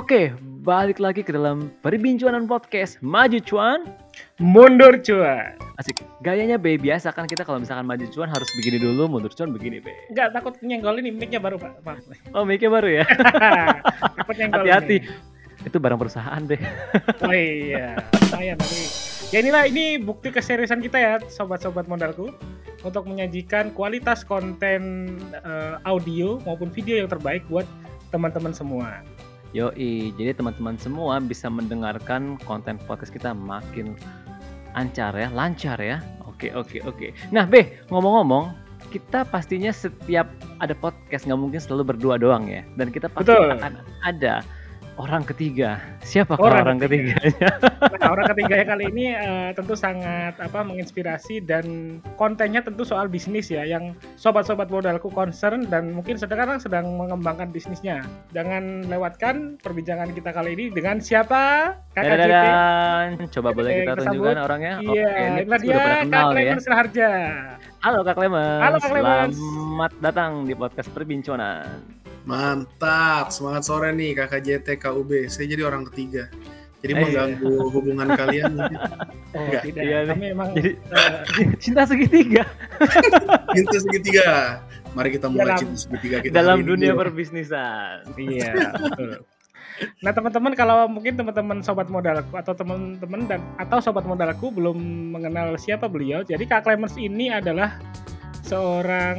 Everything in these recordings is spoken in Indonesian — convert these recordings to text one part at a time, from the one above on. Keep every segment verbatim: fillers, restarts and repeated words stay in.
Oke, balik lagi ke dalam Perbincangan Podcast. Maju cuan, mundur cuan. Asik. Gayanya Be, biasa kan kita kalau misalkan maju cuan harus begini dulu, mundur cuan begini Be. Enggak, takut nyenggol ini mic-nya baru Pak. Maaf. Oh, mic-nya baru ya? Takut nyenggol. Hati-hati. Ini. Itu barang perusahaan Be. Oh iya, lumayan tapi. Ya inilah ini bukti keseriusan kita ya, sobat-sobat modalku, untuk menyajikan kualitas konten uh, audio maupun video yang terbaik buat teman-teman semua. Yoi, jadi teman-teman semua bisa mendengarkan konten podcast kita makin lancar ya, lancar ya. Oke, oke, oke. Nah, Be, ngomong-ngomong, kita pastinya setiap ada podcast nggak mungkin selalu berdua doang ya. Dan kita pasti Betul. akan ada orang ketiga. Siapa Orang orang ketiga. ketiganya? Nah, orang ketiga kali ini uh, tentu sangat apa menginspirasi dan kontennya tentu soal bisnis ya, yang sobat-sobat modalku concern dan mungkin sekarang sedang mengembangkan bisnisnya. Jangan lewatkan perbincangan kita kali ini dengan siapa? Kakak J T. Coba boleh kita kita tunjukkan sambut. orangnya? Iya, Oke, ini inilah pasti udah pada dia kenal Kak nih ya. Clemens Raharja. Halo Kak Clemens. Halo Kak Clemens. Selamat datang di podcast Perbincangan. Mantap, semangat sore nih Kakak J T K U B. Saya jadi orang ketiga. Jadi Eh, mengganggu hubungan kalian mungkin. Oh, Enggak. tidak. Iya nih. Kami memang Jadi uh, cinta segitiga Cinta segitiga. Mari kita mulai Dalam- cinta segitiga kita dalam hari ini. dunia perbisnisan. iya, betul. Nah, teman-teman, kalau mungkin teman-teman sobat modalku atau teman-teman dan atau sobat modalku belum mengenal siapa beliau, jadi Kak Clemens ini adalah seorang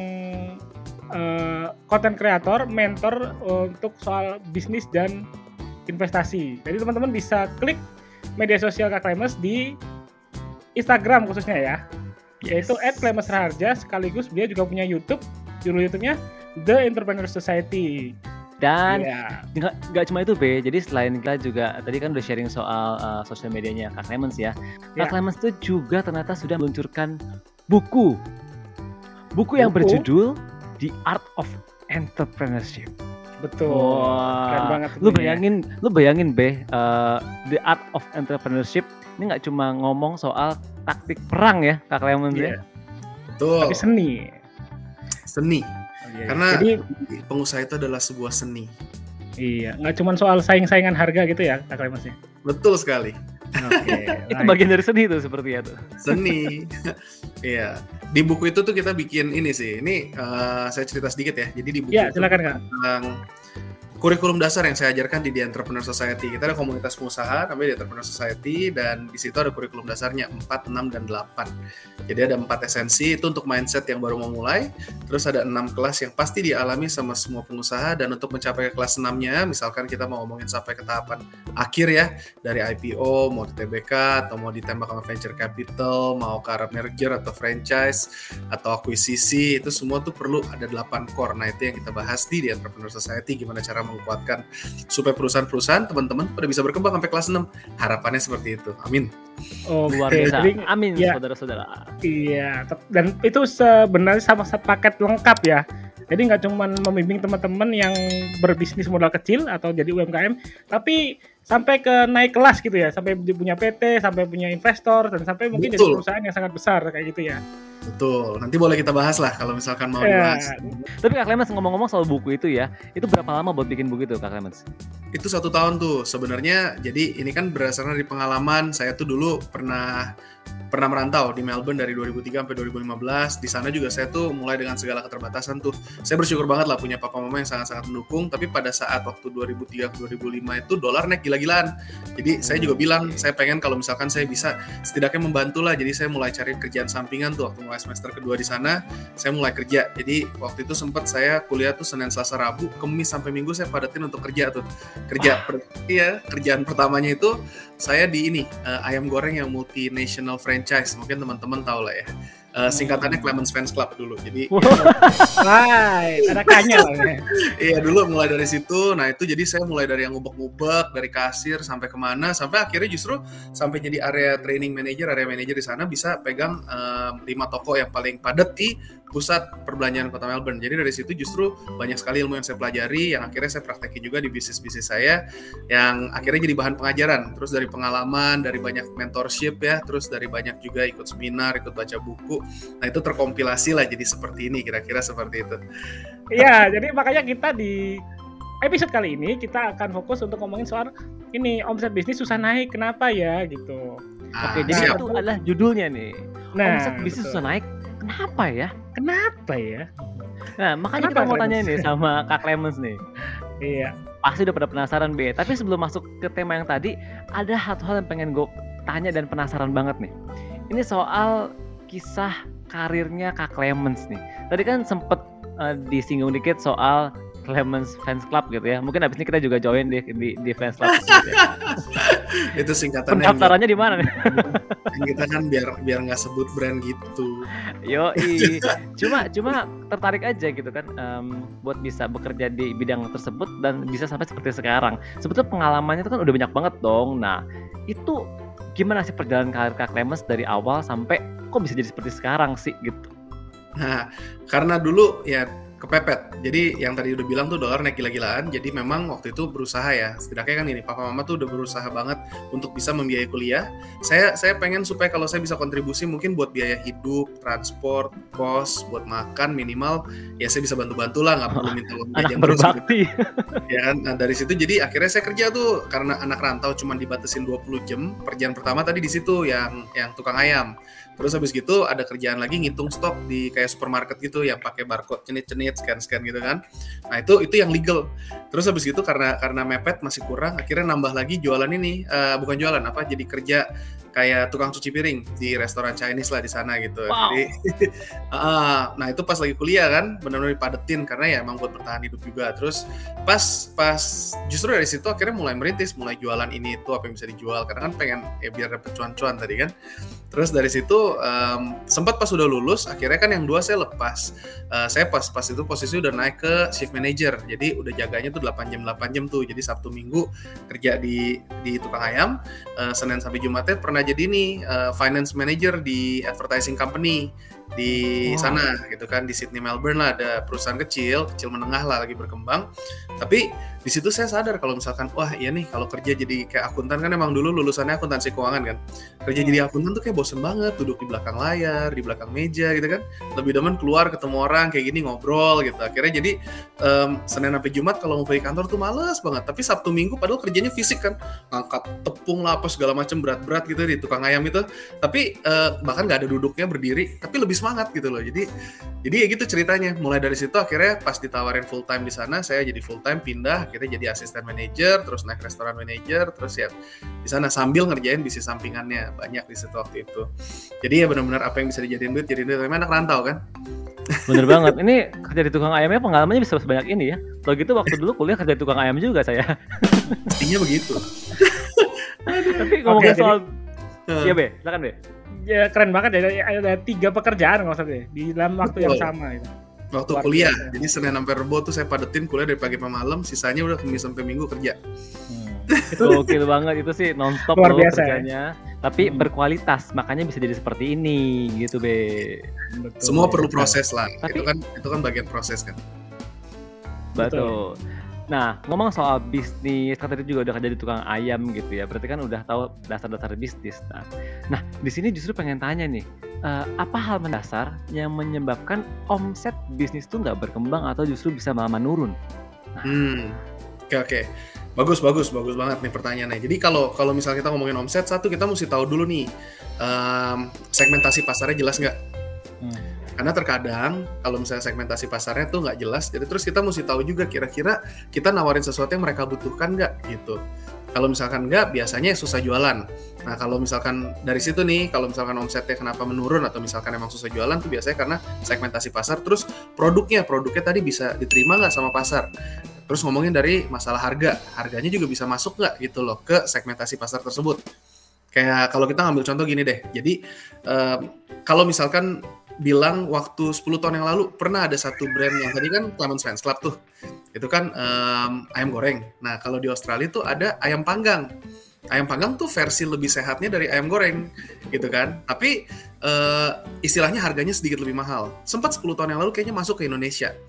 eh, content creator, mentor untuk soal bisnis dan investasi. Jadi teman-teman bisa klik media sosial Kak Clemens di Instagram khususnya ya, yaitu et clemens raharja, sekaligus dia juga punya YouTube, judul YouTube-nya The Entrepreneur Society. Dan Ya. nggak nggak cuma itu Be, jadi selain kita juga tadi kan udah sharing soal uh, sosial medianya Kak Clemens ya. Ya. Kak Clemens tuh juga ternyata sudah meluncurkan buku, buku yang Buku? berjudul The Art of Entrepreneurship. Betul. Wah, Keren banget lu tentunya. bayangin, lu bayangin Be, uh, The Art of Entrepreneurship ini nggak cuma ngomong soal taktik perang ya Kak Clemens Iya. ya. Betul. Tapi seni. Seni. Iya. Karena Jadi pengusaha itu adalah sebuah seni. iya, nggak cuma soal saing-saingan harga gitu ya Kak Clemens ya. Betul sekali. Oke. Itu baik. bagian dari seni tuh sepertinya tuh. Seni. Iya. Di buku itu tuh kita bikin ini sih. Ini eh, saya cerita sedikit ya. Jadi di buku Ya, itu silakan Kak. tentang kurikulum dasar yang saya ajarkan di The Entrepreneur Society. Kita ada komunitas pengusaha namanya The Entrepreneur Society, dan di situ ada kurikulum dasarnya empat, enam, dan delapan. Jadi ada empat esensi itu untuk mindset yang baru mau mulai. Terus ada enam kelas yang pasti dialami sama semua pengusaha, dan untuk mencapai ke kelas enam-nya, misalkan kita mau ngomongin sampai ke tahapan akhir ya, dari I P O, mau di T B K, atau mau ditembak sama venture capital, mau ke arah merger atau franchise, atau akuisisi, itu semua tuh perlu ada delapan core. Nah, itu yang kita bahas di The Entrepreneur Society, gimana cara menguatkan supaya perusahaan-perusahaan teman-teman pada bisa berkembang sampai kelas enam. Harapannya seperti itu. Amin. Oke, Luar biasa. jadi Amin ya. saudara-saudara. iya, tep- dan itu sebenarnya sama paket lengkap ya. Jadi nggak cuma membimbing teman-teman yang berbisnis modal kecil atau jadi U M K M, tapi sampai ke naik kelas gitu ya, sampai dia punya P T, sampai punya investor, dan sampai mungkin jadi Betul. perusahaan yang sangat besar kayak gitu ya. Betul. Nanti boleh kita bahas lah kalau misalkan mau Ya, dibahas. Tapi Kak Clemens ngomong-ngomong soal buku itu ya, itu berapa lama buat bikin buku itu Kak Clemens? Itu satu tahun tuh sebenarnya. Jadi ini kan berdasarkan dari pengalaman saya tuh dulu pernah pernah merantau di Melbourne dari dua ribu tiga sampai dua ribu lima belas. Di sana juga saya tuh mulai dengan segala keterbatasan tuh. Saya bersyukur banget lah punya papa mama yang sangat-sangat mendukung. Tapi pada saat waktu dua ribu tiga ke dua ribu lima itu dolar naik gila-gilaan. Jadi saya juga bilang saya pengen kalau misalkan saya bisa setidaknya membantu lah. Jadi saya mulai cari kerjaan sampingan tuh waktu mulai semester kedua di sana. Saya mulai kerja. Jadi waktu itu sempat saya kuliah tuh Senin, Selasa, Rabu, Kamis sampai Minggu saya padatin untuk kerja tuh. Kerja per, iya, kerjaan pertamanya itu saya di ini uh, ayam goreng yang multinational franchise, mungkin teman-teman tahu lah ya. Uh, singkatannya Clemens Fans Club dulu. Jadi right, ada kanya lah ya. iya dulu mulai dari situ. Nah itu jadi saya mulai dari yang ngubek-ngubek, dari kasir sampai kemana, sampai akhirnya justru sampai jadi area training manager, area manager di sana bisa pegang um, lima toko yang paling padat di pusat perbelanjaan kota Melbourne. Jadi dari situ justru banyak sekali ilmu yang saya pelajari, yang akhirnya saya praktekin juga di bisnis-bisnis saya, yang akhirnya jadi bahan pengajaran. Terus dari pengalaman, dari banyak mentorship ya, terus dari banyak juga ikut seminar, ikut baca buku. Nah itu terkompilasi lah jadi seperti ini, kira-kira seperti itu. Iya, jadi makanya kita di episode kali ini kita akan fokus untuk ngomongin soal ini omset bisnis susah naik, kenapa ya gitu. Ah, Oke, jadi siap. itu adalah judulnya nih. Nah, Omset bisnis betul. susah naik, kenapa ya? Kenapa ya? Nah, makanya Kenapa, kita mau tanya Clemens? nih sama Kak Clemens nih. Iya. Pasti udah pada penasaran, Be. Tapi sebelum masuk ke tema yang tadi, ada satu hal yang pengen gue tanya dan penasaran banget nih. Ini soal kisah karirnya Kak Clemens nih. Tadi kan sempet uh, disinggung dikit soal Clemens Fans Club gitu ya. Mungkin abis ini kita juga join di di, di Fans Club. Gitu ya. Itu singkatannya. Pendaftarannya di mana nih? Kita kan biar biar nggak sebut brand gitu. Yoi. Cuma cuma tertarik aja gitu kan, um, buat bisa bekerja di bidang tersebut dan bisa sampai seperti sekarang. Sebetulnya pengalamannya itu kan udah banyak banget dong. Nah, itu gimana sih perjalanan karir Kak Clemens dari awal sampai kok bisa jadi seperti sekarang sih gitu? Nah, karena dulu ya kepepet. Jadi yang tadi udah bilang tuh dolar naik gila-gilaan. Jadi memang waktu itu berusaha ya. Setidaknya kan ini papa mama tuh udah berusaha banget untuk bisa membiayai kuliah. Saya saya pengen supaya kalau saya bisa kontribusi mungkin buat biaya hidup, transport, kos, buat makan minimal ya saya bisa bantu-bantu lah, nggak perlu minta uang Anak jajan terus gitu. berbakti. Ya kan, nah dari situ jadi akhirnya saya kerja tuh karena anak rantau cuma dibatasin dua puluh jam. Kerjaan pertama tadi di situ yang yang tukang ayam. Terus habis gitu ada kerjaan lagi ngitung stok di kayak supermarket gitu yang pakai barcode cenit-cenit scan-scan gitu kan. Nah, itu itu yang legal. Terus habis gitu karena karena mepet masih kurang, akhirnya nambah lagi jualan ini, uh, bukan jualan apa, jadi kerja kayak tukang cuci piring di restoran Chinese lah di sana gitu. Wow. Jadi uh, nah itu pas lagi kuliah kan benar-benar dipadetin karena ya emang buat bertahan hidup juga. Terus pas pas justru dari situ akhirnya mulai merintis, mulai jualan ini itu apa yang bisa dijual karena kan pengen ya biar dapet cuan-cuan tadi kan. Terus dari situ um, sempat pas udah lulus akhirnya kan yang dua saya lepas. Uh, saya pas pas itu posisi udah naik ke shift manager. Jadi udah jaganya tuh delapan jam delapan jam tuh. Jadi Sabtu Minggu kerja di di tukang ayam, uh, Senin sampai Jumatnya pernah jadi nih uh, finance manager di advertising company di Wow. sana gitu kan, di Sydney Melbourne lah ada perusahaan kecil, kecil menengah lah lagi berkembang. Tapi di situ saya sadar kalau misalkan wah iya nih kalau kerja jadi kayak akuntan kan emang dulu lulusannya akuntansi keuangan kan. Kerja jadi akuntan tuh kayak bosen banget, duduk di belakang layar, di belakang meja gitu kan. Lebih demen keluar ketemu orang kayak gini ngobrol gitu. Akhirnya jadi um, Senin sampai Jumat kalau mau pergi kantor tuh males banget. Tapi Sabtu Minggu padahal kerjanya fisik kan, ngangkat tepung lah apa segala macam berat-berat gitu di tukang ayam itu. Tapi uh, bahkan nggak ada duduknya berdiri, tapi lebih semangat gitu loh. Jadi jadi ya gitu ceritanya. Mulai dari situ akhirnya pas ditawarin full time di sana, saya jadi full time pindah, akhirnya jadi asisten manajer, terus naik restoran manajer, terus ya di sana sambil ngerjain bisnis sampingannya banyak di situ waktu itu. Jadi ya benar-benar apa yang bisa dijadiin duit, jadiin duit. Memang anak rantau kan. Bener banget. Ini kerja di tukang ayamnya pengalamannya bisa sebanyak ini ya. Kalau gitu waktu dulu kuliah kerja di tukang ayam juga saya. Pastinya begitu. Tapi ngomongin Oke, soal, Uh, iya Be, silakan Be. Ya keren banget ya, ada, ada tiga pekerjaan maksudnya di dalam waktu yang Betul. sama gitu. waktu Luar kuliah, biasa. jadi Senin sampai Rebo tuh saya padetin kuliah dari pagi sampai malam, sisanya udah Kamis sampai Minggu kerja. Gokil banget itu sih, nonstop Luar loh biasa ya. kerjanya. Tapi Hmm. berkualitas, makanya bisa jadi seperti ini gitu Be. Betul. Semua perlu proses lah. Tapi- itu kan itu kan bagian proses kan. Betul. Nah, ngomong soal bisnis, kan tadi juga udah kerja di tukang ayam gitu ya. Berarti kan udah tahu dasar-dasar bisnis. Nah, nah di sini justru pengen tanya nih, eh, apa hal mendasar yang menyebabkan omset bisnis tuh nggak berkembang atau justru bisa malah menurun? Hmm. Oke oke. Bagus bagus bagus banget nih pertanyaannya. Jadi kalau kalau misalnya kita ngomongin omset, satu kita mesti tahu dulu nih em, segmentasi pasarnya jelas nggak? Hmm. Karena terkadang kalau misalnya segmentasi pasarnya tuh nggak jelas, jadi terus kita mesti tahu juga kira-kira kita nawarin sesuatu yang mereka butuhkan nggak gitu. Kalau misalkan nggak, biasanya susah jualan. Nah kalau misalkan dari situ nih, kalau misalkan omsetnya kenapa menurun atau misalkan emang susah jualan tuh biasanya karena segmentasi pasar, terus produknya, produknya tadi bisa diterima nggak sama pasar. Terus ngomongin dari masalah harga, harganya juga bisa masuk nggak gitu loh ke segmentasi pasar tersebut. Kayak kalau kita ngambil contoh gini deh, jadi um, kalau misalkan bilang waktu sepuluh tahun yang lalu pernah ada satu brand yang tadi kan Clemens Fans Club tuh, itu kan um, ayam goreng. Nah kalau di Australia tuh ada ayam panggang. Ayam panggang tuh versi lebih sehatnya dari ayam goreng gitu kan. Tapi uh, istilahnya harganya sedikit lebih mahal. Sempat sepuluh tahun yang lalu kayaknya masuk ke Indonesia.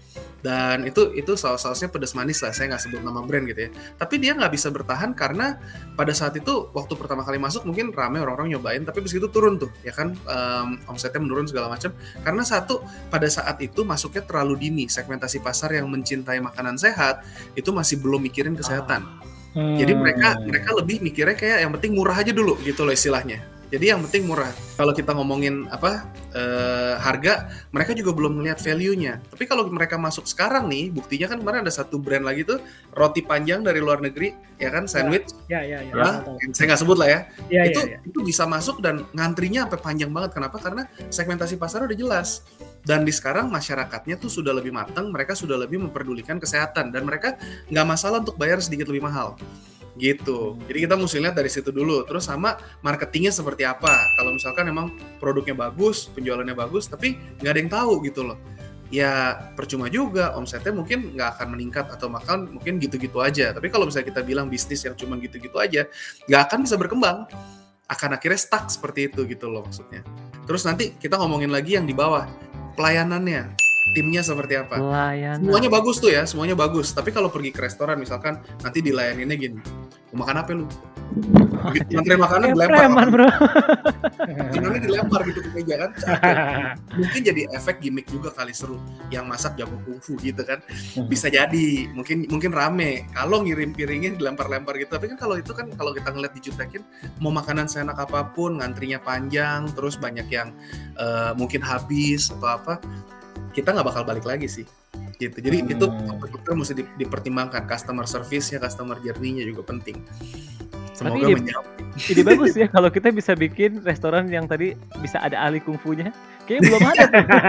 dan itu itu saus-sausnya pedas manis lah, saya nggak sebut nama brand gitu ya. Tapi dia nggak bisa bertahan karena pada saat itu waktu pertama kali masuk mungkin rame orang-orang nyobain, tapi begitu turun tuh ya kan, um, omsetnya menurun segala macam. Karena satu, pada saat itu masuknya terlalu dini, segmentasi pasar yang mencintai makanan sehat itu masih belum mikirin kesehatan. Hmm. Jadi mereka mereka lebih mikirnya kayak yang penting murah aja dulu gitu loh istilahnya. Jadi yang penting murah. Kalau kita ngomongin apa eh, harga, mereka juga belum melihat value-nya. Tapi kalau mereka masuk sekarang nih, buktinya kan kemarin ada satu brand lagi tuh roti panjang dari luar negeri, ya kan, sandwich. Ya ya ya. Nah, saya nggak sebut lah ya. Ya, itu ya, ya. itu bisa masuk dan ngantrinya sampai panjang banget. Kenapa? Karena segmentasi pasar udah jelas. Dan di sekarang masyarakatnya tuh sudah lebih matang, mereka sudah lebih memperdulikan kesehatan dan mereka nggak masalah untuk bayar sedikit lebih mahal. Gitu. Jadi kita mesti lihat dari situ dulu. Terus sama marketingnya seperti apa. Kalau misalkan emang produknya bagus, penjualannya bagus, tapi nggak ada yang tahu gitu loh. Ya percuma juga, omsetnya mungkin nggak akan meningkat atau makan mungkin gitu-gitu aja. Tapi kalau misalnya kita bilang bisnis yang cuma gitu-gitu aja, nggak akan bisa berkembang. Akan akhirnya stuck seperti itu gitu loh maksudnya. Terus nanti kita ngomongin lagi yang di bawah, pelayanannya. Timnya seperti apa? Pelayanan. Semuanya bagus tuh ya, semuanya bagus. Tapi kalau pergi ke restoran misalkan nanti dilayaninnya gini, mau makan apa lu? Ngantri makanan dilempar. Preman, bro. Makanannya dilempar gitu ke meja kan. Mungkin jadi efek gimmick juga kali seru. Yang masak jago kungfu gitu kan. Bisa jadi, mungkin mungkin rame. Kalau ngirim piringnya dilempar-lempar gitu. Tapi kan kalau itu kan kalau kita ngeliat dijutekin, mau makanan seenak apapun, ngantrinya panjang, terus banyak yang uh, mungkin habis atau apa, kita nggak bakal balik lagi sih gitu. Jadi hmm. itu betul-betul mesti dipertimbangkan, customer service-nya, customer journey-nya juga penting. Semoga Tapi ide, menjawab. Ide bagus ya kalau kita bisa bikin restoran yang tadi bisa ada ahli kungfunya. Kayaknya belum ada.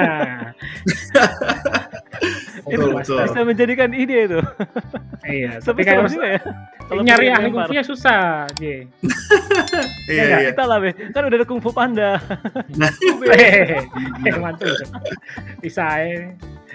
Itu betul, betul. bisa menjadikan ide itu. Iya, tapi kalau juga ya. Kalau nyari ahli kungfunya susah, J. Iya, ya, iya. Kita lah, Be. Kan udah ada kungfu panda. Nah, mantul. Bisa ya.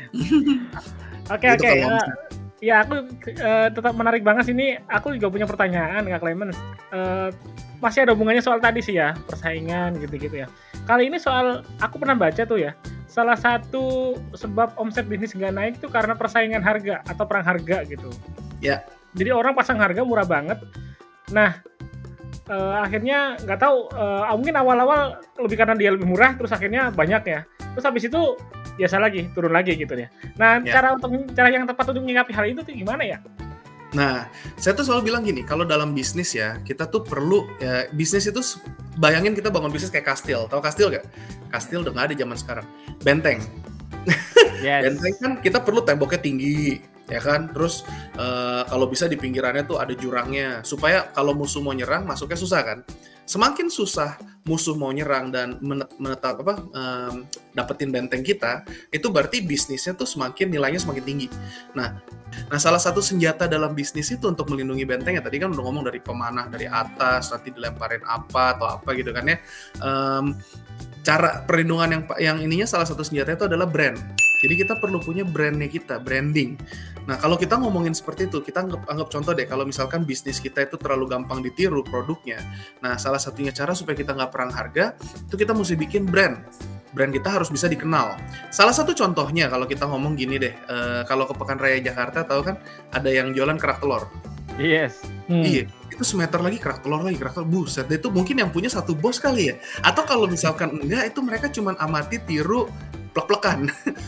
Oke, oke. Ya, aku uh, tetap menarik banget sini. Aku juga punya pertanyaan, Kak Clemens. Uh, masih ada hubungannya soal tadi sih ya, persaingan gitu-gitu ya. Kali ini soal, aku pernah baca tuh ya, salah satu sebab omset bisnis nggak naik itu karena persaingan harga atau perang harga gitu. Ya. Jadi orang pasang harga murah banget. Nah, uh, akhirnya nggak tahu, uh, mungkin awal-awal lebih karena dia lebih murah, terus akhirnya banyak ya. Terus habis itu biasa lagi, turun lagi gitu ya. Nah, ya. cara untuk cara yang tepat untuk menyikapi hal itu tuh gimana ya? Nah, saya tuh selalu bilang gini, kalau dalam bisnis ya, kita tuh perlu, ya, bisnis itu, bayangin kita bangun bisnis kayak kastil. Tahu kastil nggak? Kastil udah nggak ada zaman sekarang. Benteng. Yes. Benteng kan kita perlu temboknya tinggi, ya kan? Terus uh, kalau bisa di pinggirannya tuh ada jurangnya, supaya kalau musuh mau nyerang, masuknya susah kan? Semakin susah musuh mau nyerang dan menetap apa um, dapetin benteng kita, itu berarti bisnisnya tuh semakin nilainya semakin tinggi. Nah, nah salah satu senjata dalam bisnis itu untuk melindungi benteng ya tadi kan udah ngomong dari pemanah dari atas, nanti dilemparin apa atau apa gitu kan ya. Um, cara perlindungan yang yang ininya salah satu senjata itu adalah brand. Jadi kita perlu punya brandnya kita, branding. Nah kalau kita ngomongin seperti itu, kita anggap, anggap contoh deh, kalau misalkan bisnis kita itu terlalu gampang ditiru produknya. Nah salah satunya cara supaya kita nggak perang harga, itu kita mesti bikin brand. Brand kita harus bisa dikenal. Salah satu contohnya kalau kita ngomong gini deh, uh, kalau ke Pekan Raya Jakarta tahu kan ada yang jualan kerak telur. Yes. Hmm. Iya, itu semeter lagi kerak telur lagi, kerak telur. Buset, itu mungkin yang punya satu bos kali ya. Atau kalau misalkan enggak, itu mereka cuma amati, tiru, plek-plekan.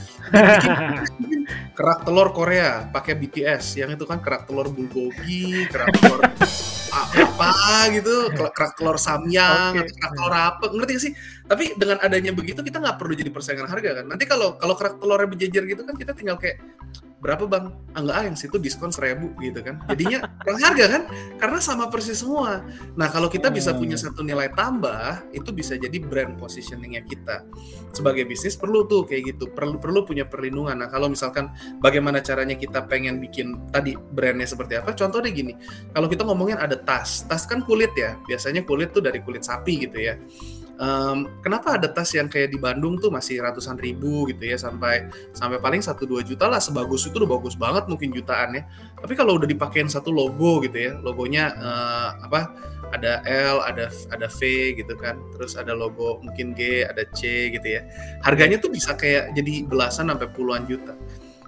Kerak telur Korea pakai B T S, yang itu kan kerak telur bulgogi, kerak telur apa gitu, kerak telur samyang, okay. Atau kerak telur apa, ngerti gak sih? Tapi dengan adanya begitu kita nggak perlu jadi persaingan harga kan. Nanti kalau kalau kerak telurnya berjejer gitu kan kita tinggal kayak berapa bang? Ah enggak ah yang situ diskon seribu gitu kan. Jadinya perang harga kan? Karena sama persis semua. Nah kalau kita bisa punya satu nilai tambah, itu bisa jadi brand positioningnya kita. Sebagai bisnis perlu tuh kayak gitu. Perlu perlu punya perlindungan. Nah kalau misalkan bagaimana caranya kita pengen bikin tadi brandnya seperti apa? Contohnya gini. Kalau kita ngomongin ada tas, tas kan kulit ya. Biasanya kulit tuh dari kulit sapi gitu ya. Um, kenapa ada tas yang kayak di Bandung tuh masih ratusan ribu gitu ya sampai sampai paling satu dua juta lah, sebagus itu udah bagus banget mungkin jutaan ya. Tapi kalau udah dipakein satu logo gitu ya, logonya uh, apa ada L, ada ada V gitu kan, terus ada logo mungkin G, ada C gitu ya. Harganya tuh bisa kayak jadi belasan sampai puluhan juta.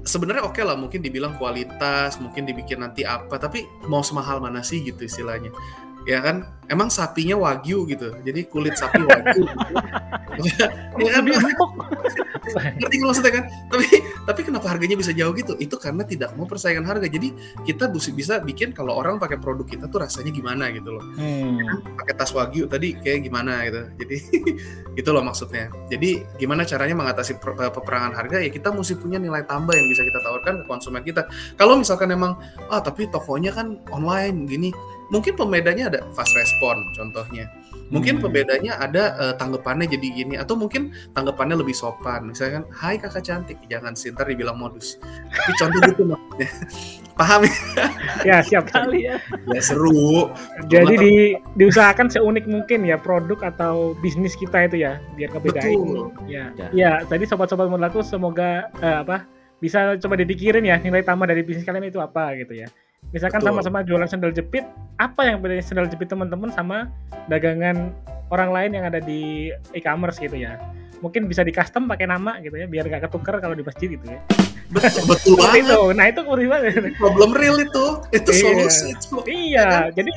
sebenarnya oke lah, mungkin dibilang kualitas, mungkin dibikin nanti apa, tapi mau semahal mana sih gitu istilahnya. Ya kan, emang sapinya wagyu gitu, jadi kulit sapi wagyu. Gitu. Ya kan, Lebih empuk. ngerti nggak maksudnya kan? Tapi tapi kenapa harganya bisa jauh gitu? Itu karena tidak mau persaingan harga. Jadi kita bisa bisa bikin kalau orang pakai produk kita tuh rasanya gimana gitu loh. Hmm. Pakai tas wagyu tadi kayak gimana gitu. Jadi itu loh maksudnya. Jadi gimana caranya mengatasi per- peperangan harga? Ya kita mesti punya nilai tambah yang bisa kita tawarkan ke konsumen kita. Kalau misalkan emang ah tapi tokonya kan online gini, mungkin pembedanya ada fast respon contohnya. Mungkin Hmm. pembedanya ada eh, tanggapannya jadi gini, atau mungkin tanggapannya lebih sopan. Misalnya kan, hai kakak cantik, jangan sintar dibilang modus. Tapi contoh gitu maksudnya. Paham ya? Ya siap. Kali ya. Ya seru. Jadi Cuma di, diusahakan seunik mungkin ya produk atau bisnis kita itu ya biar kebedain. Betul. Ya. Ya. Ya, tadi sobat-sobat modalku semoga eh, apa bisa coba dipikirin ya nilai tambah dari bisnis kalian itu apa gitu ya. Misalkan Betul. sama-sama jualan sandal jepit, apa yang bedanya sandal jepit teman-teman sama dagangan orang lain yang ada di e-commerce gitu ya. Mungkin bisa di custom pakai nama gitu ya biar gak ketukar kalau di masjid gitu ya. betul, betul Seperti banget. itu. Nah, itu seperti banget. Problem real itu. Itu Iya. solusi itu. Iya, jadi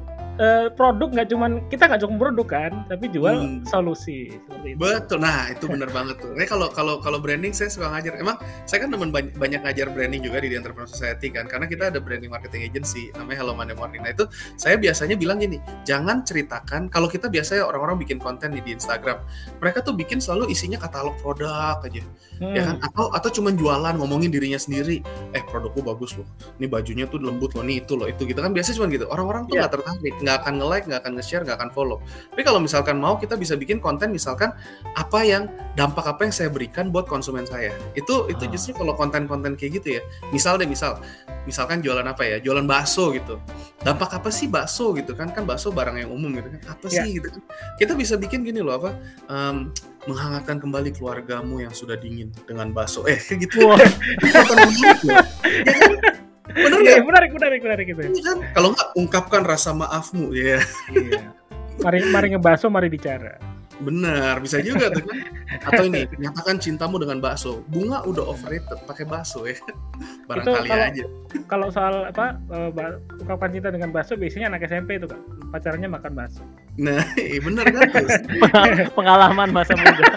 eh, produk nggak cuman kita nggak cuma produk kan, tapi jual Hmm. solusi seperti itu. Betul. Nah, itu benar banget tuh. Nah, kalau kalau kalau branding saya suka ngajar. Emang saya kan teman banyak, banyak ngajar branding juga di The Entrepreneur Society kan. Karena kita ada branding marketing agency namanya Hello Monday Morning. Nah, itu saya biasanya bilang gini, jangan ceritakan kalau kita biasanya orang-orang bikin konten di, di Instagram. Mereka tuh bikin selalu isinya katalog produk aja. Hmm. Ya kan? Atau atau cuman jualan ngomongin dirinya sendiri. Eh, produkku bagus loh. Ini bajunya tuh lembut loh, nih itu loh, itu gitu kan biasanya cuman gitu. Orang-orang tuh Iya. nggak tertarik, nggak akan nge-like, nggak akan nge-share, nggak akan follow. Tapi kalau misalkan mau, kita bisa bikin konten misalkan apa yang dampak apa yang saya berikan buat konsumen saya. Itu itu Ah. justru kalau konten-konten kayak gitu ya. Misal deh, misal misalkan jualan apa ya? Jualan bakso gitu. Dampak apa sih bakso gitu kan? Kan bakso barang yang umum gitu kan. Apa Iya. sih gitu kan? Kita bisa bikin gini loh apa? Em, menghangatkan kembali keluargamu yang sudah dingin dengan bakso. Eh, kayak gitu. Wah. Konten menarik loh. Ya kan? Bener Iya, nggak? menarik, menarik, menarik gitu. Iya kan? Kalau nggak, ungkapkan rasa maafmu. Ya, Iya. Mari mari ngebaso, mari bicara. benar. Bisa juga tuh kan. Atau ini, nyatakan cintamu dengan bakso. Bunga udah overrated, pakai bakso ya. Barangkali kalau- aja. Kalau soal apa eh, ba- ungkapan cinta dengan bakso biasanya anak S M P itu kan pacarnya makan bakso. Nah, iya bener kan tuh. Pengalaman masa muda.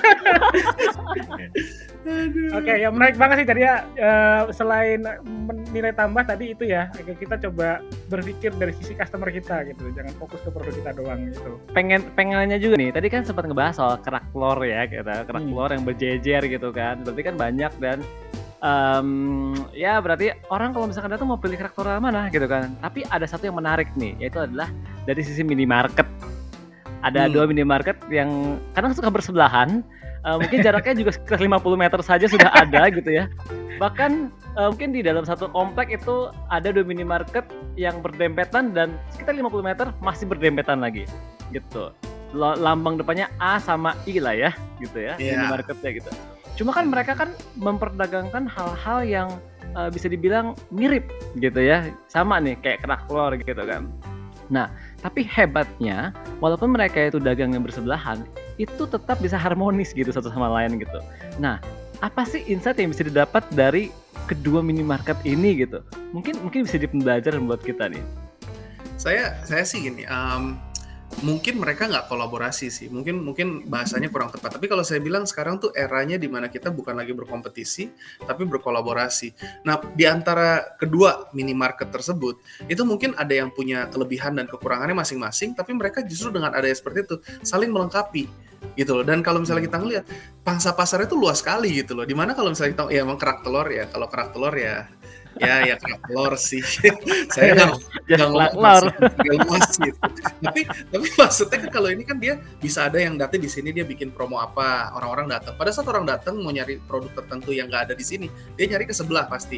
Aduh. Oke, ya menarik banget sih tadi ya. Eh, selain men- nilai tambah tadi itu ya, kita coba berpikir dari sisi customer kita gitu. Jangan fokus ke produk kita doang gitu. pengen pengennya juga nih. Tadi kan sempat ngebahas soal kerak telur ya, kita kerak Hmm. telur yang berjejer gitu kan. Berarti kan banyak dan em, ya berarti orang kalau misalkan datang mau pilih kerak telur yang mana gitu kan. Tapi ada satu yang menarik nih, yaitu adalah dari sisi minimarket. Ada Hmm. dua minimarket yang kadang suka bersebelahan. Eh, mungkin jaraknya juga sekitar lima puluh meter saja sudah ada gitu ya. Bahkan eh, mungkin di dalam satu komplek itu ada dua minimarket yang berdempetan dan sekitar lima puluh meter masih berdempetan lagi gitu. Lo- Lambang depannya A sama I lah ya gitu ya, Iya. minimarketnya gitu. Cuma kan mereka kan memperdagangkan hal-hal yang eh, bisa dibilang mirip gitu ya. Sama nih kayak kerak telur gitu kan. Nah, tapi hebatnya walaupun mereka itu dagang yang bersebelahan, itu tetap bisa harmonis gitu satu sama lain gitu. Nah, apa sih insight yang bisa didapat dari kedua minimarket ini gitu? Mungkin mungkin bisa jadi pembelajaran buat kita nih. Saya saya sih gini, em, mungkin mereka nggak kolaborasi sih, mungkin mungkin bahasanya kurang tepat. Tapi kalau saya bilang sekarang tuh eranya di mana kita bukan lagi berkompetisi, tapi berkolaborasi. Nah, di antara kedua minimarket tersebut, itu mungkin ada yang punya kelebihan dan kekurangannya masing-masing, tapi mereka justru dengan adanya seperti itu saling melengkapi gitu loh. Dan kalau misalnya kita ngelihat pangsa pasarnya tuh luas sekali gitu loh. Dimana kalau misalnya kita, ya emang kerak telur ya, kalau kerak telur ya ya ya kerak telur sih. Saya nggak Jadi nggak ngomong kelar. masih nggak luas gitu. tapi tapi maksudnya kan kalau ini kan dia bisa ada yang datang di sini, dia bikin promo apa, orang-orang datang. Pada saat orang datang mau nyari produk tertentu yang nggak ada di sini, dia nyari ke sebelah pasti.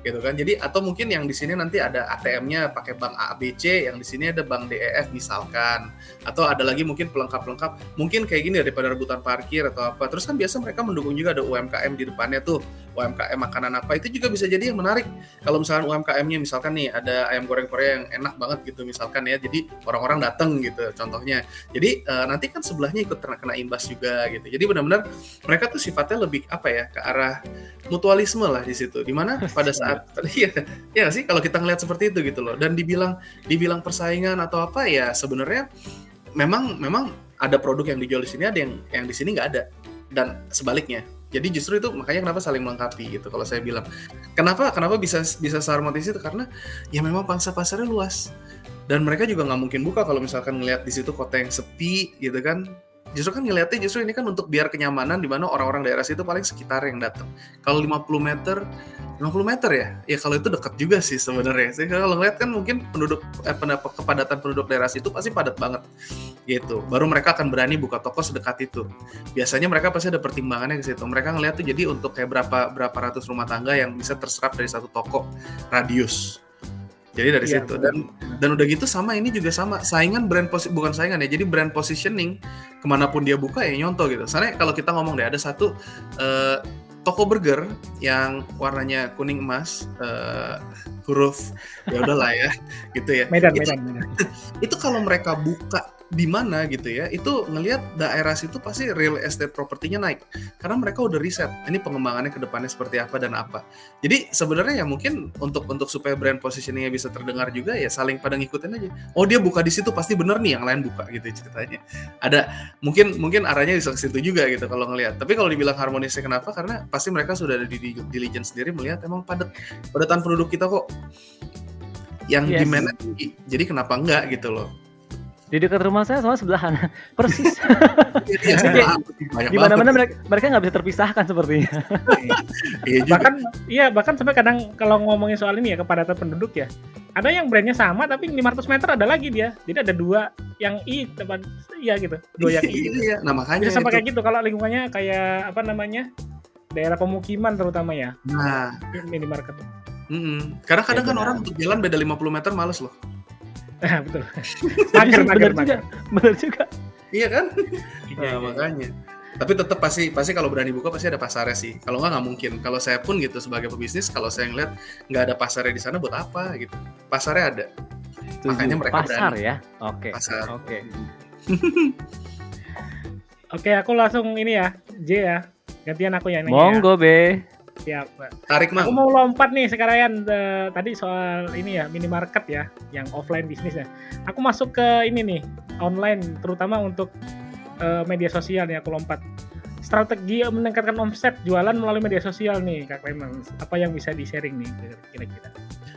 gitu kan. Jadi atau mungkin yang di sini nanti ada A T M-nya pakai bank A B C, yang di sini ada bank D E F misalkan. Atau ada lagi mungkin pelengkap-pelengkap, mungkin kayak gini daripada rebutan parkir atau apa. Terus kan biasa mereka mendukung juga ada U M K M di depannya tuh. U M K M makanan apa, itu juga bisa jadi yang menarik. Kalau misalkan U M K M-nya misalkan nih ada ayam goreng Korea yang enak banget gitu misalkan ya. Jadi orang-orang datang gitu contohnya. Jadi uh, nanti kan sebelahnya ikut kena, kena imbas juga gitu. Jadi benar-benar mereka tuh sifatnya lebih apa ya, ke arah mutualisme lah di situ. Dimana pada saat iya ya sih kalau kita ngelihat seperti itu gitu loh. Dan dibilang dibilang persaingan atau apa ya, sebenarnya memang memang ada produk yang dijual di sini, ada yang yang di sini nggak ada, dan sebaliknya. Jadi justru itu makanya kenapa saling melengkapi gitu kalau saya bilang. Kenapa kenapa bisa bisa seharmonis itu, karena ya memang pangsa pasarnya luas. Dan mereka juga nggak mungkin buka kalau misalkan ngelihat di situ kota yang sepi gitu kan. Justru kan ngelihatnya justru ini kan untuk biar kenyamanan, di mana orang-orang daerah situ paling sekitar yang datang. Kalau lima puluh meter ya, ya kalau itu dekat juga sih sebenarnya. Saya kalau ngeliat kan mungkin penduduk eh, kepadatan penduduk daerah situ pasti padat banget gitu. Baru mereka akan berani buka toko sedekat itu. Biasanya mereka pasti ada pertimbangannya ke situ. Mereka ngelihat tuh jadi untuk kayak berapa berapa ratus rumah tangga yang bisa terserap dari satu toko radius. Jadi dari ya, situ dan dan udah gitu sama ini juga sama saingan brand posi- bukan saingan ya, jadi brand positioning kemanapun dia buka ya nyontoh gitu. Soalnya kalau kita ngomong deh ada satu uh, toko burger yang warnanya kuning emas, uh, huruf ya udahlah ya gitu ya. Medan, itu, Medan, Medan. Itu kalau mereka buka di mana gitu ya, itu ngelihat daerah situ pasti real estate propertinya naik karena mereka udah riset ini pengembangannya ke depannya seperti apa dan apa. Jadi sebenarnya ya mungkin untuk untuk supaya brand positioningnya bisa terdengar juga ya saling pada ngikutin aja. Oh dia buka di situ pasti bener nih yang lain buka gitu ceritanya. Ada mungkin mungkin arahnya bisa ke situ juga gitu kalau ngelihat. Tapi kalau dibilang harmonisnya kenapa? Karena pasti mereka sudah ada di, di diligence sendiri melihat emang padat padatan penduduk kita kok yang yes. Demand-nya tinggi. Jadi kenapa enggak gitu loh. Di dekat rumah saya soalnya sebelahan, persis. Iya, di mana-mana mereka mereka nggak bisa terpisahkan sepertinya. Iya bahkan iya bahkan sampai kadang kalau ngomongin soal ini ya kepadatan penduduk ya, ada yang brandnya sama tapi lima ratus meter ada lagi dia. Jadi ada dua yang I depan, iya gitu, dua yang I. Gitu. Iya, nah makanya bisa sampai kayak gitu kalau lingkungannya kayak apa namanya daerah pemukiman terutama ya. Nah, minimarket. Mm-hmm. Karena kadang ya, kan orang untuk jalan beda lima puluh meter males loh. Nah, betul. Mager, mager, mager. Bener juga. Iya kan? Nah, makanya. Tapi tetap pasti pasti kalau berani buka pasti ada pasarnya sih. Kalau nggak nggak mungkin. Kalau saya pun gitu sebagai pebisnis, kalau saya ngeliat nggak ada pasarnya di sana buat apa gitu. Pasarnya ada. Tujuh. Makanya mereka pasar berani. Ya. Oke. Pasar. Oke. Oke, aku langsung ini ya, J ya. Gantian aku yang nanya. Monggo, Be. Siap, tarik Mang. Aku mau lompat nih sekarang uh, tadi soal ini ya minimarket ya, yang offline bisnisnya. Aku masuk ke ini nih online, terutama untuk uh, media sosial nih. Aku lompat strategi meningkatkan omset jualan melalui media sosial nih, Kak Clemens. Apa yang bisa di-sharing nih kira-kira?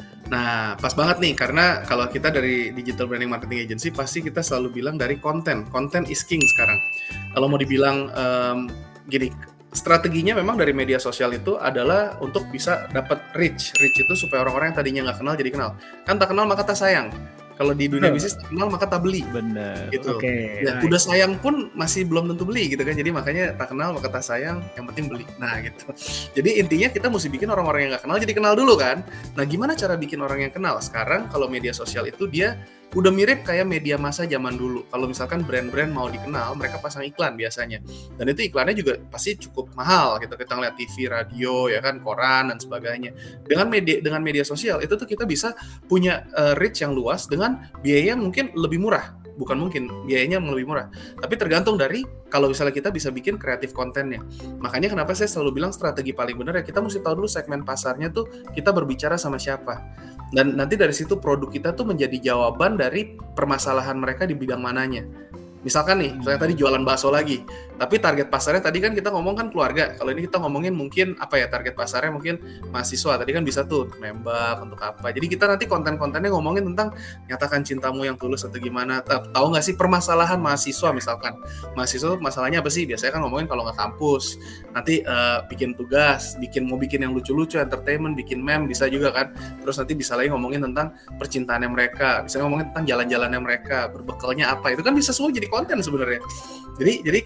Nah, pas banget nih karena kalau kita dari Digital Branding Marketing Agency pasti kita selalu bilang dari konten. Konten is king sekarang. Kalau mau dibilang um, gini. Strateginya memang dari media sosial itu adalah untuk bisa dapat reach. Reach itu supaya orang-orang yang tadinya nggak kenal jadi kenal. Kan tak kenal maka tak sayang. Kalau di dunia bisnis tak kenal maka tak beli. Benar. Gitu. Okay, ya, udah sayang pun masih belum tentu beli gitu kan. Jadi makanya tak kenal maka tak sayang, yang penting beli. Nah gitu. Jadi intinya kita mesti bikin orang-orang yang nggak kenal jadi kenal dulu kan. Nah gimana cara bikin orang yang kenal? Sekarang kalau media sosial itu dia udah mirip kayak media massa zaman dulu. Kalau misalkan brand-brand mau dikenal, mereka pasang iklan biasanya. Dan itu iklannya juga pasti cukup mahal gitu. Kita ngeliat T V, radio, ya kan, koran dan sebagainya. Dengan media dengan media sosial itu tuh kita bisa punya uh, reach yang luas dengan biaya mungkin lebih murah. Bukan mungkin, biayanya lebih murah. Tapi tergantung dari kalau misalnya kita bisa bikin kreatif kontennya. Makanya kenapa saya selalu bilang strategi paling benar ya kita mesti tahu dulu segmen pasarnya tuh kita berbicara sama siapa. Dan nanti dari situ produk kita tuh menjadi jawaban dari permasalahan mereka di bidang mananya. Misalkan nih, misalnya tadi jualan bakso lagi, tapi target pasarnya tadi kan kita ngomong kan keluarga. Kalau ini kita ngomongin mungkin apa ya, target pasarnya mungkin mahasiswa. Tadi kan bisa tuh untuk nembak, untuk apa. Jadi kita nanti konten-kontennya ngomongin tentang nyatakan cintamu yang tulus atau gimana. Tahu nggak sih permasalahan mahasiswa misalkan. Mahasiswa masalahnya apa sih? Biasanya kan ngomongin kalau nggak kampus, nanti uh, bikin tugas, bikin mau bikin yang lucu-lucu, entertainment, bikin meme bisa juga kan. Terus nanti bisa lagi ngomongin tentang percintaannya mereka, bisa ngomongin tentang jalan-jalannya mereka, berbekalnya apa. Itu kan bisa semua jadi konten sebenarnya. Jadi jadi kayak gitu-gitu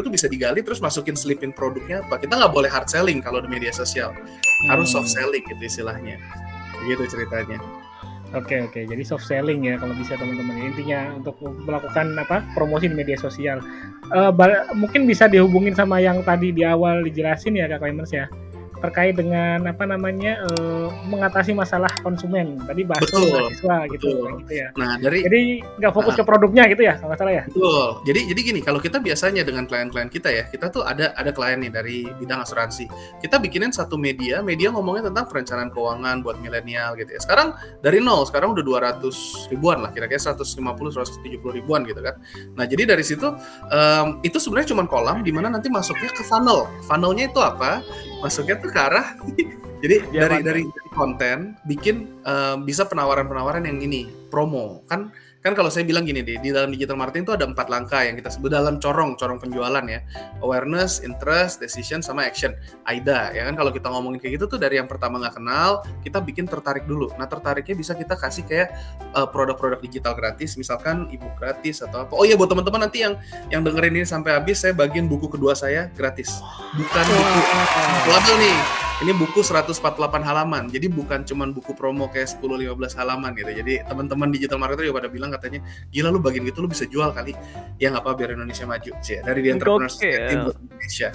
tuh bisa digali terus masukin selipin produknya apa. Kita nggak boleh hard selling kalau di media sosial, harus Hmm. soft selling gitu istilahnya. Begitu ceritanya. Oke oke, jadi soft selling ya kalau bisa teman-teman. Intinya untuk melakukan apa promosi di media sosial. Eh, ba- mungkin bisa dihubungin sama yang tadi di awal dijelasin ya Kak Clemens ya, terkait dengan apa namanya eh, mengatasi masalah konsumen. Tadi bahas Betul, mahasiswa gitu, betul. kayak gitu ya. Nah dari Jadi nggak fokus Ah. ke produknya gitu ya, kalau nggak salah ya. Betul. Jadi jadi gini, kalau kita biasanya dengan klien-klien kita ya, kita tuh ada ada klien nih dari bidang asuransi. Kita bikinin satu media, media ngomongnya tentang perencanaan keuangan buat milenial gitu ya. Sekarang dari nol, sekarang udah dua ratus ribuan lah, kira-kira seratus lima puluh seratus tujuh puluh ribuan gitu kan. Nah, jadi dari situ em, itu sebenarnya cuma kolam di mana nanti masuknya ke funnel. Funnelnya itu apa? Masuknya tuh ke arah jadi Ya, dari Pak. dari dari konten bikin eh, bisa penawaran-penawaran yang ini promo kan kan kalau saya bilang gini deh, di dalam digital marketing itu ada empat langkah yang kita sebut dalam corong corong penjualan ya, awareness, interest, decision, sama action. AIDA ya kan, kalau kita ngomongin kayak gitu tuh dari yang pertama nggak kenal kita bikin tertarik dulu. Nah tertariknya bisa kita kasih kayak eh, produk-produk digital gratis, misalkan ebook gratis atau apa. Oh iya, buat teman-teman nanti yang yang dengerin ini sampai habis, saya bagiin buku kedua saya gratis, bukan buku label nih. Ini buku seratus empat puluh delapan halaman, jadi bukan cuman buku promo kayak sepuluh lima belas halaman gitu. Jadi teman-teman digital marketer juga pada bilang katanya, gila lu bagian gitu lu bisa jual kali. Ya nggak apa, biar Indonesia maju sih. Dari The Entrepreneur Society Gokil. buat Indonesia.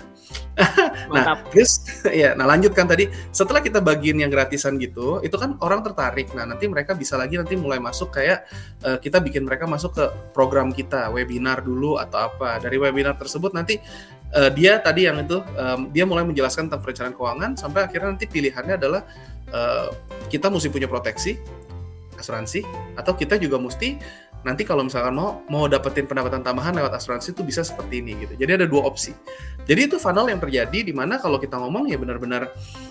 Mantap. Nah, terus ya, nah lanjutkan tadi, setelah kita bagiin yang gratisan gitu, itu kan orang tertarik. Nah, nanti mereka bisa lagi nanti mulai masuk kayak eh, kita bikin mereka masuk ke program kita, webinar dulu atau apa. Dari webinar tersebut nanti Uh, dia tadi yang itu um, dia mulai menjelaskan tentang perencanaan keuangan sampai akhirnya nanti pilihannya adalah uh, kita mesti punya proteksi asuransi atau kita juga mesti nanti kalau misalkan mau mau dapetin pendapatan tambahan lewat asuransi itu bisa seperti ini gitu. Jadi ada dua opsi. Jadi itu funnel yang terjadi di mana kalau kita ngomong ya benar-benar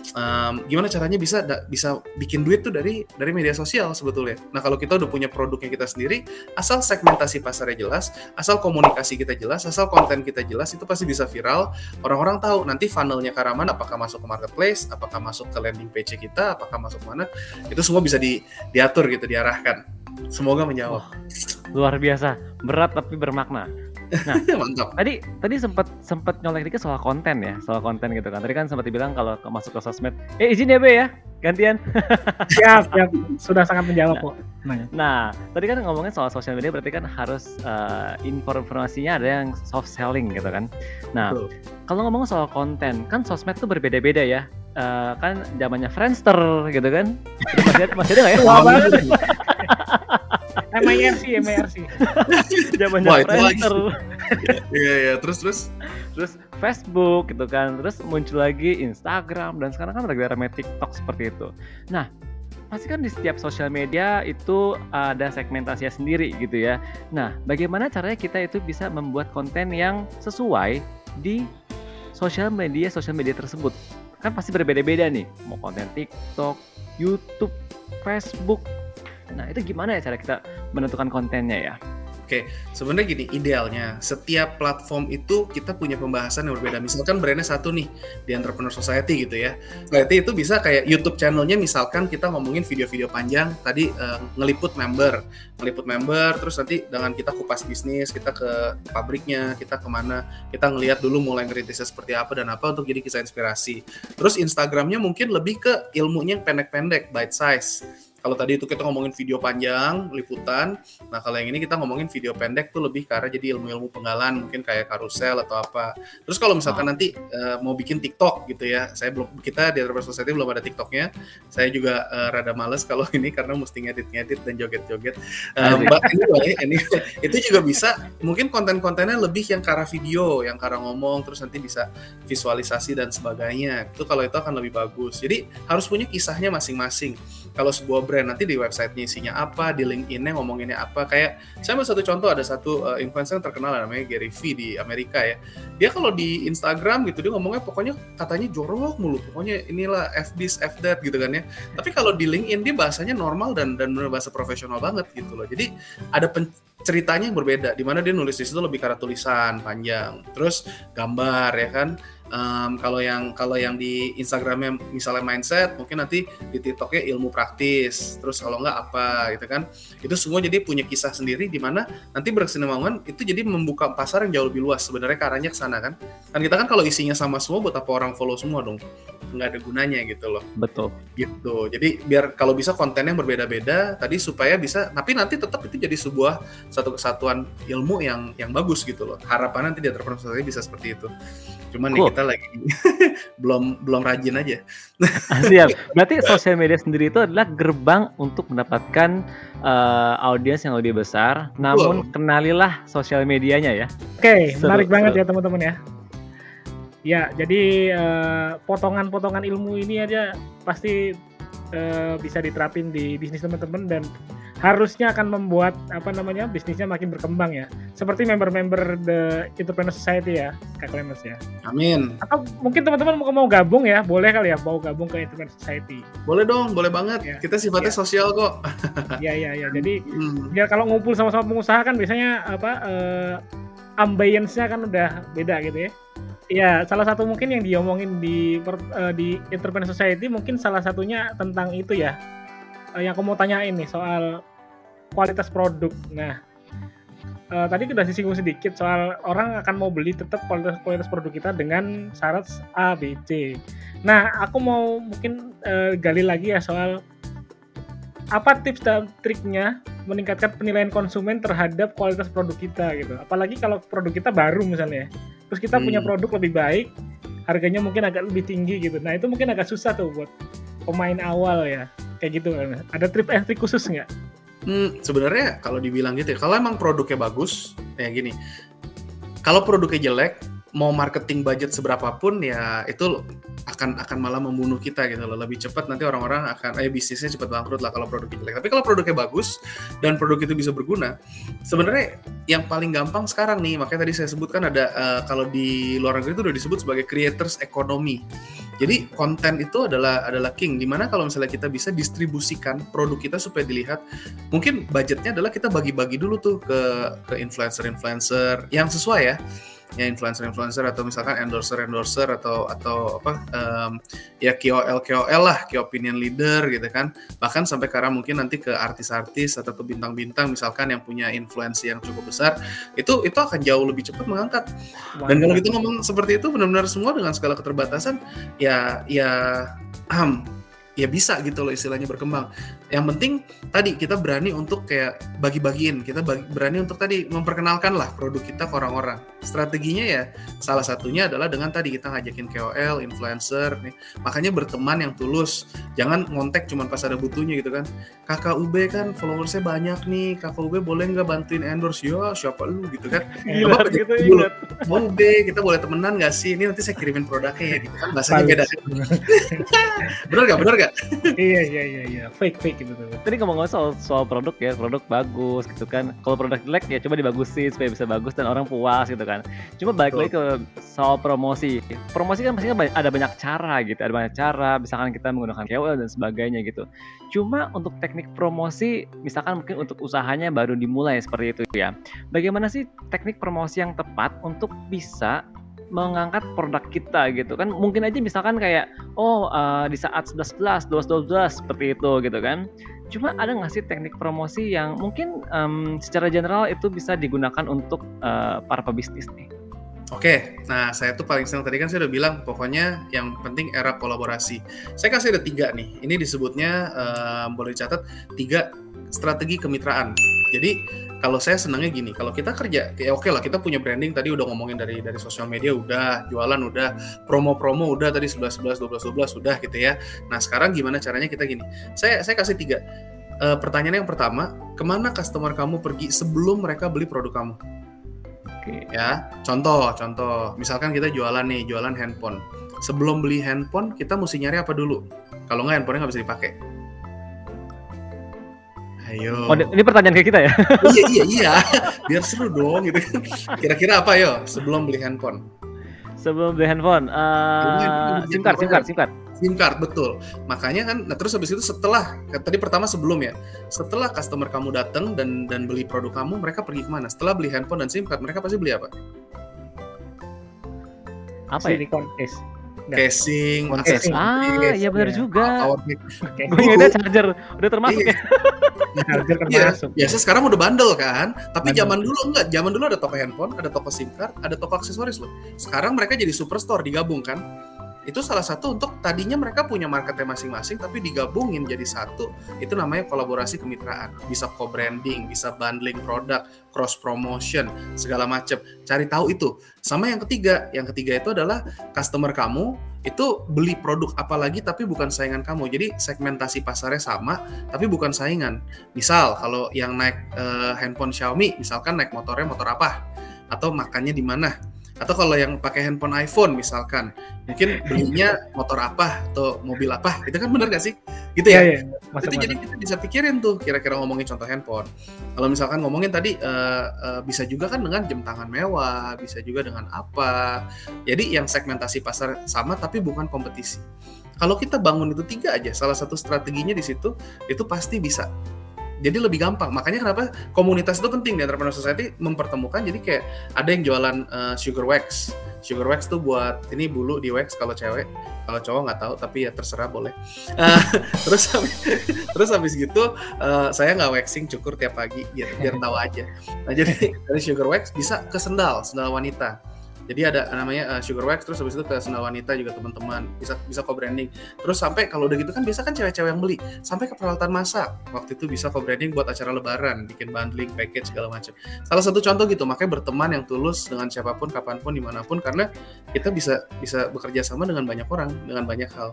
um, gimana caranya bisa da, bisa bikin duit tuh dari dari media sosial sebetulnya. Nah, kalau kita udah punya produknya kita sendiri, asal segmentasi pasarnya jelas, asal komunikasi kita jelas, asal konten kita jelas, itu pasti bisa viral. Orang-orang tahu nanti funnelnya ke arah mana, apakah masuk ke marketplace, apakah masuk ke landing page kita, apakah masuk mana. Itu semua bisa di, diatur gitu, diarahkan. Semoga menjawab. Wah, luar biasa, berat tapi bermakna. Nah, Mantap. tadi tadi sempat sempat nyolek dikit soal konten ya, soal konten gitu kan. Tadi kan sempat dibilang kalau ke- masuk ke sosmed, eh izin ya Be ya, gantian. Siap, siap. Sudah sangat menjawab kok. Nah, Nah, tadi kan ngomongin soal sosial media, berarti kan harus eh, informasinya ada yang soft selling gitu kan. Nah, Betul. kalau ngomong soal konten, kan sosmed tuh berbeda-beda ya. Eh, kan zamannya Friendster gitu kan. Masih ada, masih ada nggak ya? tua banget. M I R C, M I R C. Zamannya Wah, itu lagi. Friendster. Iya, iya, terus terus. Terus Facebook gitu kan, terus muncul lagi Instagram, dan sekarang kan lagi rame TikTok seperti itu. Nah, pasti kan di setiap sosial media itu ada segmentasinya sendiri gitu ya. Nah, bagaimana caranya kita itu bisa membuat konten yang sesuai di sosial media sosial media tersebut? Kan pasti berbeda-beda nih, mau konten TikTok, YouTube, Facebook. Nah, itu gimana ya cara kita menentukan kontennya ya? Oke, sebenarnya gini, idealnya setiap platform itu kita punya pembahasan yang berbeda. Misalkan brandnya satu nih di Entrepreneur Society gitu ya. Berarti itu bisa kayak YouTube channelnya, misalkan kita ngomongin video-video panjang, tadi eh, ngeliput member, ngeliput member, terus nanti dengan kita kupas bisnis, kita ke pabriknya, kita kemana, kita ngelihat dulu mulai ngeritisnya seperti apa dan apa untuk jadi kisah inspirasi. Terus Instagramnya mungkin lebih ke ilmunya yang pendek-pendek, bite size. Kalau tadi itu kita ngomongin video panjang, liputan. Nah, kalau yang ini kita ngomongin video pendek tuh lebih ke arah jadi ilmu-ilmu penggalan, mungkin kayak karusel atau apa. Terus kalau misalkan Oh. nanti uh, mau bikin TikTok gitu ya, saya belum kita di Entrepreneur Society belum ada TikToknya. Saya juga uh, rada males kalau ini karena mesti ngedit-ngedit dan joget-joget. Uh, but anyway, anyway, itu juga bisa. Mungkin konten-kontennya lebih yang ke arah video, yang ke arah ngomong, terus nanti bisa visualisasi dan sebagainya. Itu kalau itu akan lebih bagus. Jadi harus punya kisahnya masing-masing. Kalau sebuah brand nanti di websitenya isinya apa, di LinkedIn-nya ngomonginnya apa. Kayak saya ambil satu contoh, ada satu uh, influencer yang terkenal namanya Gary Vee di Amerika ya. Dia kalau di Instagram gitu dia ngomongnya pokoknya katanya jorok mulu, pokoknya inilah F this, F that gitu kan ya. Tapi kalau di LinkedIn dia bahasanya normal dan dan benar bahasa profesional banget gitu loh. Jadi ada pen, ceritanya yang berbeda, di mana dia nulis di situ lebih karena tulisan panjang, terus gambar ya kan. Um, kalau yang kalau yang di Instagramnya misalnya mindset, mungkin nanti di TikToknya ilmu praktis, terus kalau nggak apa gitu kan. Itu semua jadi punya kisah sendiri, di mana nanti berkesinambungan itu jadi membuka pasar yang jauh lebih luas sebenarnya, ke arahnya ke sana kan. Kan kita kan kalau isinya sama semua, buat apa orang follow semua dong, nggak ada gunanya gitu loh. Betul. Gitu. Jadi biar kalau bisa kontennya berbeda-beda tadi, supaya bisa, tapi nanti tetap itu jadi sebuah satu kesatuan ilmu yang yang bagus gitu loh. Harapannya nanti di Entrepreneur Society bisa seperti itu. Cuman cool. nih kita lagi belum belum rajin aja. Siap. Berarti sosial media sendiri itu adalah gerbang untuk mendapatkan uh, audiens yang lebih besar. Namun wow. kenalilah sosial medianya ya. Oke, okay, menarik banget ya teman-teman ya. Ya, jadi uh, potongan-potongan ilmu ini aja pasti uh, bisa diterapin di bisnis teman-teman, dan harusnya akan membuat apa namanya bisnisnya makin berkembang ya. Seperti member-member The Entrepreneur Society ya, Kak Clemens ya. Amin. Atau mungkin teman-teman mau, mau gabung ya, boleh kali ya mau gabung ke Entrepreneur Society. Boleh dong, boleh banget. Ya. Kita sifatnya ya. sosial kok. Iya iya iya. Jadi hmm. ya kalau ngumpul sama-sama pengusaha kan biasanya apa uh, ambience-nya kan udah beda gitu ya. Iya, salah satu mungkin yang diomongin di uh, di Entrepreneur Society mungkin salah satunya tentang itu ya. Uh, yang aku mau tanyain nih soal kualitas produk. Nah, uh, tadi udah disinggung sedikit soal orang akan mau beli tetap kualitas kualitas produk kita dengan syarat A, B, C. Nah, aku mau mungkin uh, gali lagi ya soal apa tips dan triknya meningkatkan penilaian konsumen terhadap kualitas produk kita gitu. Apalagi kalau produk kita baru misalnya, terus kita hmm. punya produk lebih baik, harganya mungkin agak lebih tinggi gitu. Nah, itu mungkin agak susah tuh buat pemain awal ya, kayak gitu kan. Ada trik and trik khusus nggak? Hmm, sebenarnya kalau dibilang gitu ya, kalau emang produknya bagus, kayak gini. Kalau produknya jelek, mau marketing budget seberapapun ya itu akan akan malah membunuh kita gitu loh. Lebih cepat nanti orang-orang akan eh bisnisnya cepat bangkrut lah kalau produknya jelek. Tapi kalau produknya bagus dan produk itu bisa berguna, sebenarnya yang paling gampang sekarang nih, makanya tadi saya sebutkan ada uh, kalau di luar negeri itu udah disebut sebagai creators economy. Jadi konten itu adalah adalah king, dimana kalau misalnya kita bisa distribusikan produk kita supaya dilihat, mungkin budgetnya adalah kita bagi-bagi dulu tuh ke ke influencer-influencer yang sesuai ya, ya influencer-influencer atau misalkan endorser-endorser atau atau apa um, ya K O L K O L lah, key opinion leader gitu kan, bahkan sampai karena mungkin nanti ke artis-artis atau ke bintang-bintang misalkan yang punya influensi yang cukup besar, itu itu akan jauh lebih cepat mengangkat. Dan kalau kita ngomong seperti itu benar-benar semua dengan segala keterbatasan ya ya um, ya bisa gitu loh istilahnya berkembang. Yang penting tadi kita berani untuk kayak bagi-bagiin, kita bagi, berani untuk tadi memperkenalkan lah produk kita ke orang-orang. Strateginya ya salah satunya adalah dengan tadi kita ngajakin K O L, influencer nih. Makanya berteman yang tulus, jangan ngontek cuma pas ada butuhnya gitu kan. Kakak U B kan followersnya banyak nih, Kakak U B boleh nggak bantuin endorse? Ya siapa lu gitu kan. Gila, gitu, ingat. Mau U B kita boleh temenan nggak sih? Ini nanti saya kirimin produknya ya gitu kan, bahasanya beda. Bener nggak? Bener nggak? Iya iya iya iya, fake fake gitu tuh. Tadi ngomong-ngomong soal soal produk ya, produk bagus gitu kan. Kalau produk jelek ya coba dibagusin supaya bisa bagus dan orang puas gitu kan. Cuma balik lagi ke soal promosi. Promosi kan pastinya ada banyak cara gitu, ada banyak cara. Misalkan kita menggunakan K O L dan sebagainya gitu. Cuma untuk teknik promosi, misalkan mungkin untuk usahanya baru dimulai seperti itu ya. Bagaimana sih teknik promosi yang tepat untuk bisa mengangkat produk kita gitu kan? Mungkin aja misalkan kayak oh uh, di saat sebelas sebelas, dua belas dua belas seperti itu gitu kan. Cuma ada nggak sih teknik promosi yang mungkin um, secara general itu bisa digunakan untuk uh, para pebisnis nih? Oke, nah saya tuh paling senang tadi kan saya udah bilang pokoknya yang penting era kolaborasi. Saya kasih ada tiga nih. Ini disebutnya um, boleh dicatat tiga strategi kemitraan. Jadi kalau saya senangnya gini, kalau kita kerja, ya oke lah kita punya branding tadi udah ngomongin dari dari sosial media udah, jualan udah, promo-promo udah tadi sebelas sebelas, dua belas dua belas udah gitu ya. Nah sekarang gimana caranya kita gini? Saya saya kasih tiga. E, pertanyaan yang pertama, kemana customer kamu pergi sebelum mereka beli produk kamu? Oke. Ya, contoh, contoh. Misalkan kita jualan nih, jualan handphone. Sebelum beli handphone, kita mesti nyari apa dulu? Kalau nggak handphonenya nggak bisa dipakai. Ayo. Oh, ini pertanyaan ke kita ya? iya iya iya, biar seru dong gitu. Kira-kira apa yo sebelum beli handphone? Sebelum beli handphone, uh, SIM card, SIM card, SIM card. SIM card, betul. Makanya kan, nah terus habis itu setelah, tadi pertama sebelum ya, setelah customer kamu datang dan dan beli produk kamu, mereka pergi kemana? Setelah beli handphone dan SIM card, mereka pasti beli apa? Apa ya? Silicon case. Casing, Phone aksesoris. case. Ah, iya benar Iya. juga. power bank. Oke. Gue ingetnya charger udah termasuk Iya. ya. Charger kan Iya, masuk. biasa sekarang udah bandel kan. Tapi Bandel. zaman dulu enggak. Zaman dulu ada toko handphone, ada toko SIM card, ada toko aksesoris loh. Sekarang mereka jadi superstore digabung kan. Itu salah satu untuk tadinya mereka punya marketnya masing-masing tapi digabungin jadi satu. Itu namanya kolaborasi kemitraan. Bisa co-branding, bisa bundling produk, cross promotion, segala macam. Cari tahu itu. Sama yang ketiga, yang ketiga itu adalah customer kamu itu beli produk apa lagi tapi bukan saingan kamu. Jadi segmentasi pasarnya sama tapi bukan saingan. Misal kalau yang naik eh, handphone Xiaomi, misalkan naik motornya motor apa atau makannya di mana. Atau kalau yang pakai handphone iPhone misalkan, mungkin belinya motor apa atau mobil apa, itu kan benar gak sih? Gitu ya? Iya, iya. Masuk, Itu jadi masuk. kita bisa pikirin tuh kira-kira ngomongin contoh handphone. Kalau misalkan ngomongin tadi uh, uh, bisa juga kan dengan jam tangan mewah, bisa juga dengan apa. Jadi yang segmentasi pasar sama tapi bukan kompetisi. Kalau kita bangun itu tiga aja, salah satu strateginya di situ itu pasti bisa. Jadi lebih gampang. Makanya kenapa komunitas itu penting di Entrepreneur Society, mempertemukan. Jadi kayak ada yang jualan uh, sugar wax. Sugar wax tuh buat ini bulu di wax kalau cewek. Kalau cowok nggak tahu, tapi ya terserah boleh. Uh, terus terus habis gitu uh, saya nggak waxing, cukur tiap pagi biar, biar tahu aja. Nah jadi dari sugar wax bisa ke sendal, sendal wanita. Jadi ada namanya uh, sugar wax, terus habis itu ke sendal wanita juga teman-teman bisa bisa co-branding. Terus sampai kalau udah gitu kan biasa kan cewek-cewek yang beli, sampai ke peralatan masak. Waktu itu bisa co-branding buat acara lebaran, bikin bundling, package segala macam. Salah satu contoh gitu, makanya berteman yang tulus dengan siapapun, kapanpun, dimanapun, karena kita bisa bisa bekerja sama dengan banyak orang, dengan banyak hal.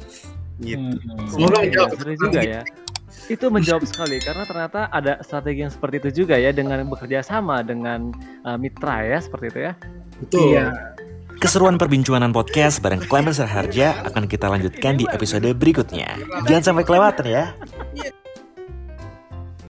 Gitu. Hmm, Semoga iya, menjawab. seru juga ya. Itu menjawab sekali karena ternyata ada strategi yang seperti itu juga ya dengan bekerja sama dengan uh, mitra ya seperti itu ya. Betul. Iya. Keseruan perbincangan podcast bareng Clemens Raharja akan kita lanjutkan di episode berikutnya. Jangan sampai kelewatan ya.